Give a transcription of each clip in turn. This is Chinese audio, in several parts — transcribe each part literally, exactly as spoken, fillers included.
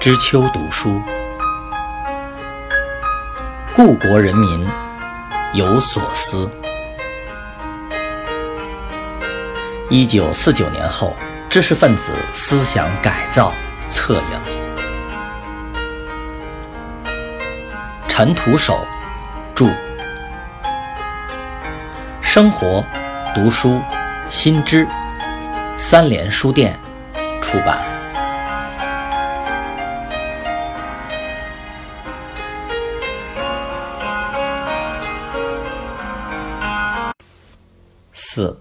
知秋读书，故国人民有所思。一九四九年后，知识分子思想改造策应。陈独守著，生活、读书、新知，三联书店出版。四，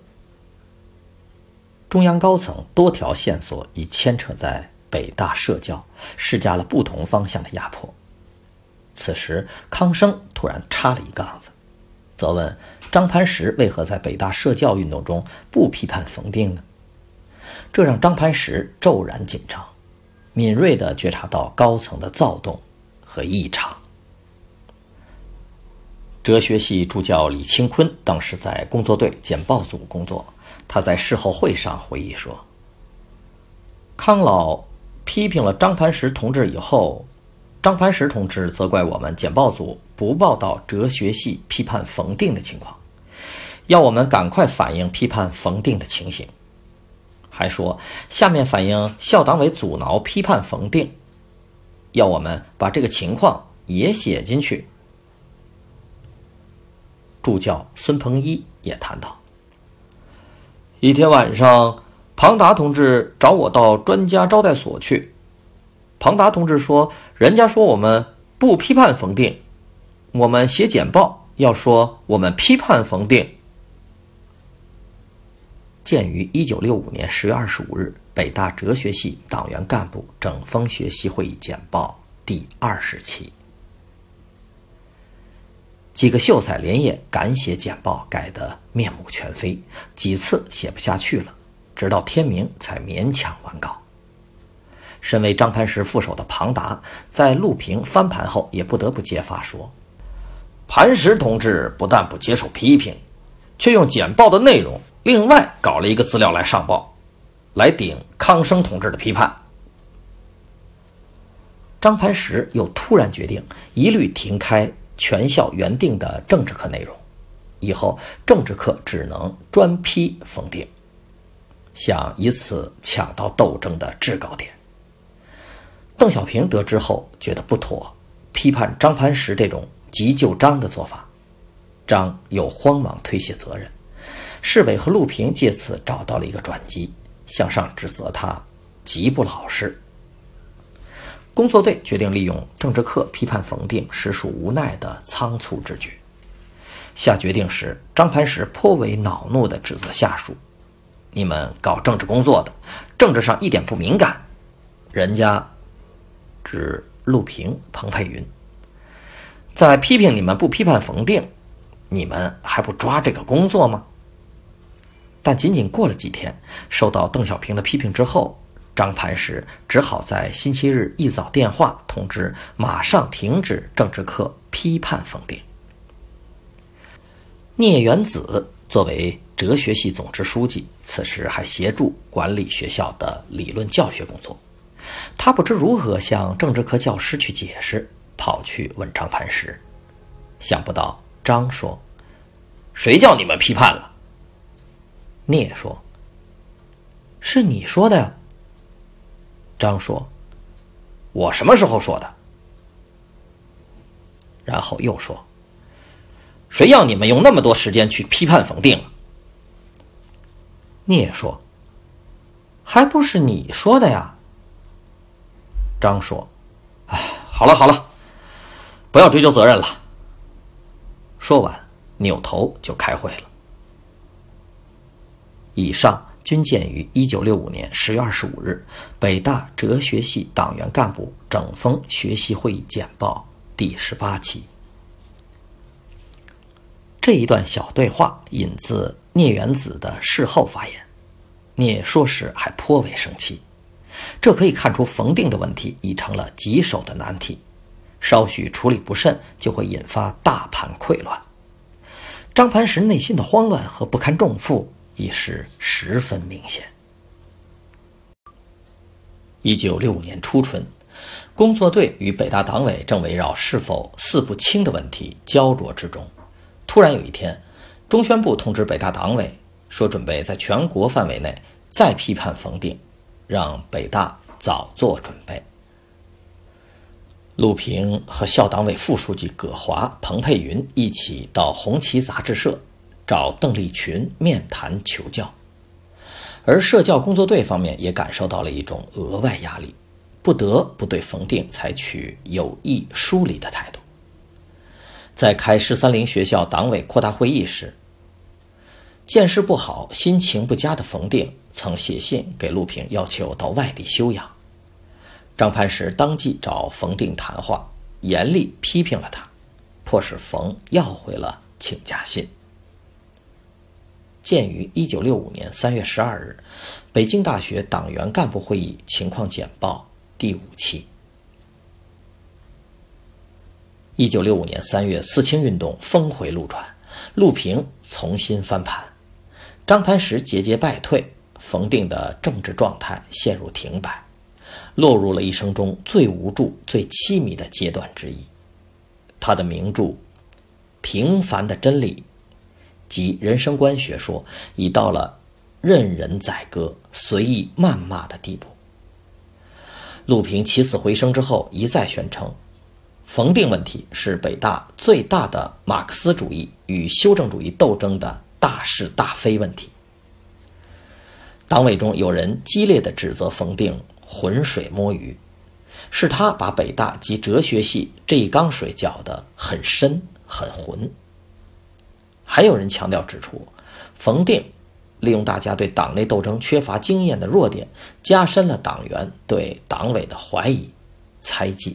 中央高层多条线索已牵扯在北大社教，施加了不同方向的压迫。此时康生突然插了一杠子，责问张磐石为何在北大社教运动中不批判冯定呢？这让张磐石骤然紧张，敏锐地觉察到高层的躁动和异常。哲学系助教李清坤当时在工作队简报组工作，他在事后会上回忆说，康老批评了张磐石同志以后，张磐石同志责怪我们简报组不报道哲学系批判冯定的情况，要我们赶快反映批判冯定的情形，还说下面反映校党委阻挠批判冯定，要我们把这个情况也写进去。助教孙鹏一也谈到，一天晚上，庞达同志找我到专家招待所去。庞达同志说，人家说我们不批判冯定，我们写简报要说我们批判冯定。鉴于一九六五年十月二十五日北大哲学系党员干部整风学习会议简报第二十期。几个秀才连夜赶写简报，改得面目全非，几次写不下去了，直到天明才勉强完稿。身为张磐石副手的庞达在录屏翻盘后也不得不揭发说，磐石同志不但不接受批评，却用简报的内容另外搞了一个资料来上报，来顶康生同志的批判。张磐石又突然决定一律停开全校原定的政治课内容，以后政治课只能专批冯定，想以此抢到斗争的制高点。邓小平得知后觉得不妥，批判张磐石这种急救章的做法。张又慌忙推卸责任，市委和陆平借此找到了一个转机，向上指责他极不老实。工作队决定利用政治课批判冯定，实属无奈的仓促之举。下决定时，张磐石颇为恼怒地指责下属，你们搞政治工作的，政治上一点不敏感，人家指陆平、彭佩云在批评你们不批判冯定，你们还不抓这个工作吗？但仅仅过了几天，受到邓小平的批评之后，张磐石只好在星期日一早电话通知马上停止政治课批判冯定。聂元子作为哲学系总支书记，此时还协助管理学校的理论教学工作。他不知如何向政治课教师去解释，跑去问张磐石。想不到张说，谁叫你们批判了？聂说，是你说的呀。张说，我什么时候说的？然后又说，谁要你们用那么多时间去批判冯定了？聂说，还不是你说的呀。张说，哎，好了好了，不要追究责任了。说完扭头就开会了。以上均见于一九六五年十月二十五日北大哲学系党员干部整风学习会议简报第十八期。这一段小对话引自聂元子的事后发言，聂说时还颇为生气，这可以看出冯定的问题已成了棘手的难题，稍许处理不慎就会引发大盘溃乱。张磐石内心的慌乱和不堪重负已是十分明显。一九六五年初春， 工作队与北大党委正围绕是否四不清的问题焦灼之中。突然有一天，中宣部通知北大党委说，准备在全国范围内再批判冯定，让北大早做准备。陆平和校党委副书记葛华、彭佩云一起到红旗杂志社找邓丽群面谈求教，而社教工作队方面也感受到了一种额外压力，不得不对冯定采取有意疏离的态度。在开十三陵学校党委扩大会议时，见识不好、心情不佳的冯定曾写信给陆平，要求到外地休养。张磐石当即找冯定谈话，严厉批评了他，迫使冯要回了请假信。鉴于一九六五年三月十二日北京大学党员干部会议情况简报第五期。一九六五年三月，四清运动峰回路转，陆平重新翻盘，张磐石节节败退，冯定的政治状态陷入停摆，落入了一生中最无助、最凄迷的阶段之一。他的名著《平凡的真理》及人生观学说已到了任人宰割、随意谩骂的地步。陆平起死回生之后，一再宣称冯定问题是北大最大的马克思主义与修正主义斗争的大是大非问题。党委中有人激烈地指责冯定浑水摸鱼，是他把北大及哲学系这一缸水搅得很深很浑。还有人强调指出，冯定利用大家对党内斗争缺乏经验的弱点，加深了党员对党委的怀疑、猜忌。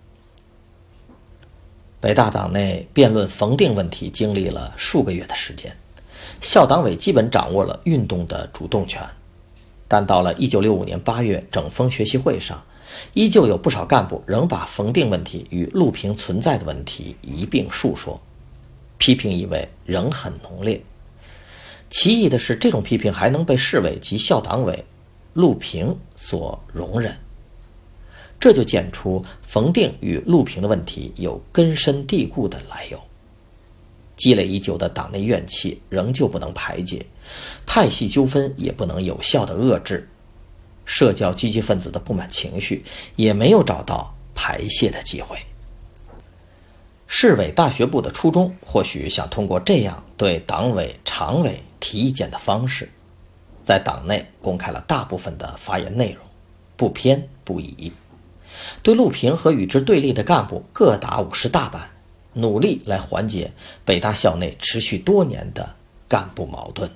北大党内辩论冯定问题经历了数个月的时间，校党委基本掌握了运动的主动权。但到了一九六五年八月整风学习会上，依旧有不少干部仍把冯定问题与陆平存在的问题一并述说，批评意味仍很浓烈。奇异的是，这种批评还能被市委及校党委、陆平所容忍，这就见出冯定与陆平的问题有根深蒂固的来由。积累已久的党内怨气仍旧不能排解，派系纠纷也不能有效的遏制，社教积极分子的不满情绪也没有找到排泄的机会。市委大学部的初衷或许想通过这样对党委常委提意见的方式，在党内公开了大部分的发言内容，不偏不倚，对陆平和与之对立的干部各打五十大板，努力来缓解北大校内持续多年的干部矛盾。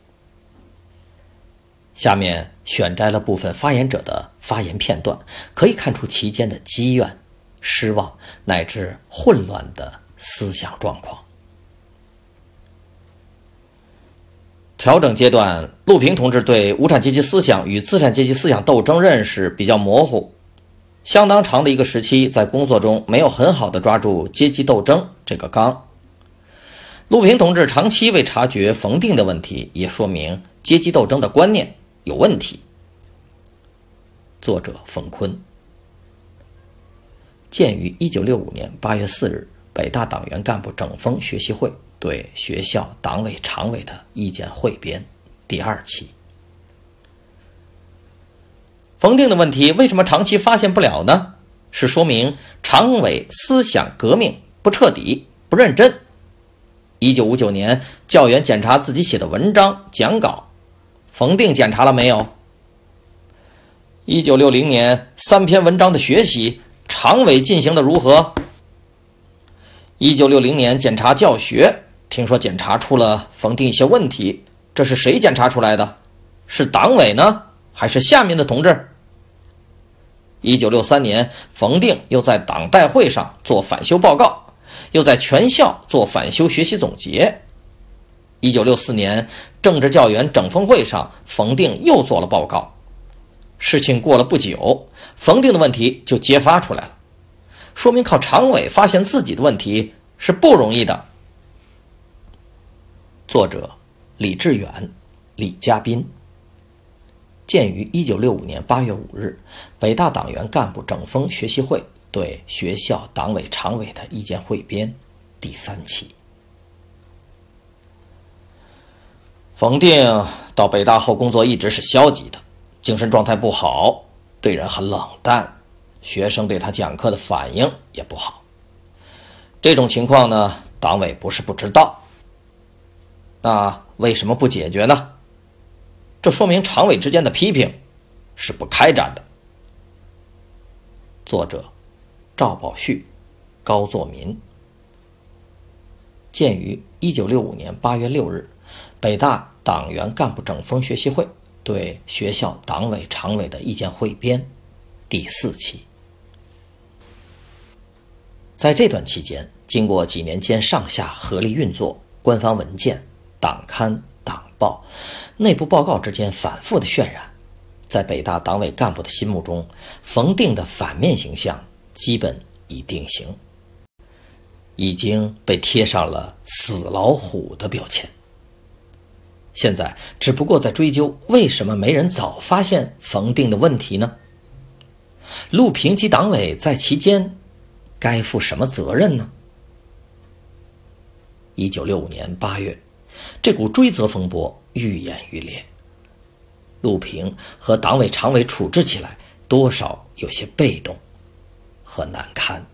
下面选摘了部分发言者的发言片段，可以看出其间的积怨、失望乃至混乱的思想状况。调整阶段，陆平同志对无产阶级思想与资产阶级思想斗争认识比较模糊，相当长的一个时期在工作中没有很好的抓住阶级斗争这个纲。陆平同志长期未察觉冯定的问题，也说明阶级斗争的观念有问题。作者冯坤。鉴于一九六五年八月四日北大党员干部整风学习会对学校党委常委的意见汇编第二期。冯定的问题为什么长期发现不了呢？是说明常委思想革命不彻底、不认真。一九五九年教员检查自己写的文章讲稿，冯定检查了没有？一九六零年三篇文章的学习，常委进行的如何？一九六零年检查教学，听说检查出了冯定一些问题，这是谁检查出来的？是党委呢，还是下面的同志？一九六三年冯定又在党代会上做反修报告，又在全校做反修学习总结。一九六四年政治教员整风会上，冯定又做了报告。事情过了不久，冯定的问题就揭发出来了，说明靠常委发现自己的问题是不容易的。作者李志远、李嘉宾。 鉴于一九六五年八月五日北大党员干部整风学习会对学校党委常委的意见汇编第三期。冯定到北大后工作一直是消极的，精神状态不好，对人很冷淡，学生对他讲课的反应也不好。这种情况呢，党委不是不知道，那为什么不解决呢？这说明常委之间的批评是不开展的。作者赵宝旭、高作民。鉴于一九六五年八月六日北大党员干部整风学习会对学校党委常委的意见汇编第四期。在这段期间，经过几年间上下合力运作，官方文件、党刊、党报、内部报告之间反复的渲染，在北大党委干部的心目中，冯定的反面形象基本已定型，已经被贴上了死老虎的标签。现在只不过在追究为什么没人早发现冯定的问题呢？陆平及党委在其间该负什么责任呢？一九六五年八月，这股追责风波愈演愈烈，陆平和党委常委处置起来多少有些被动和难堪。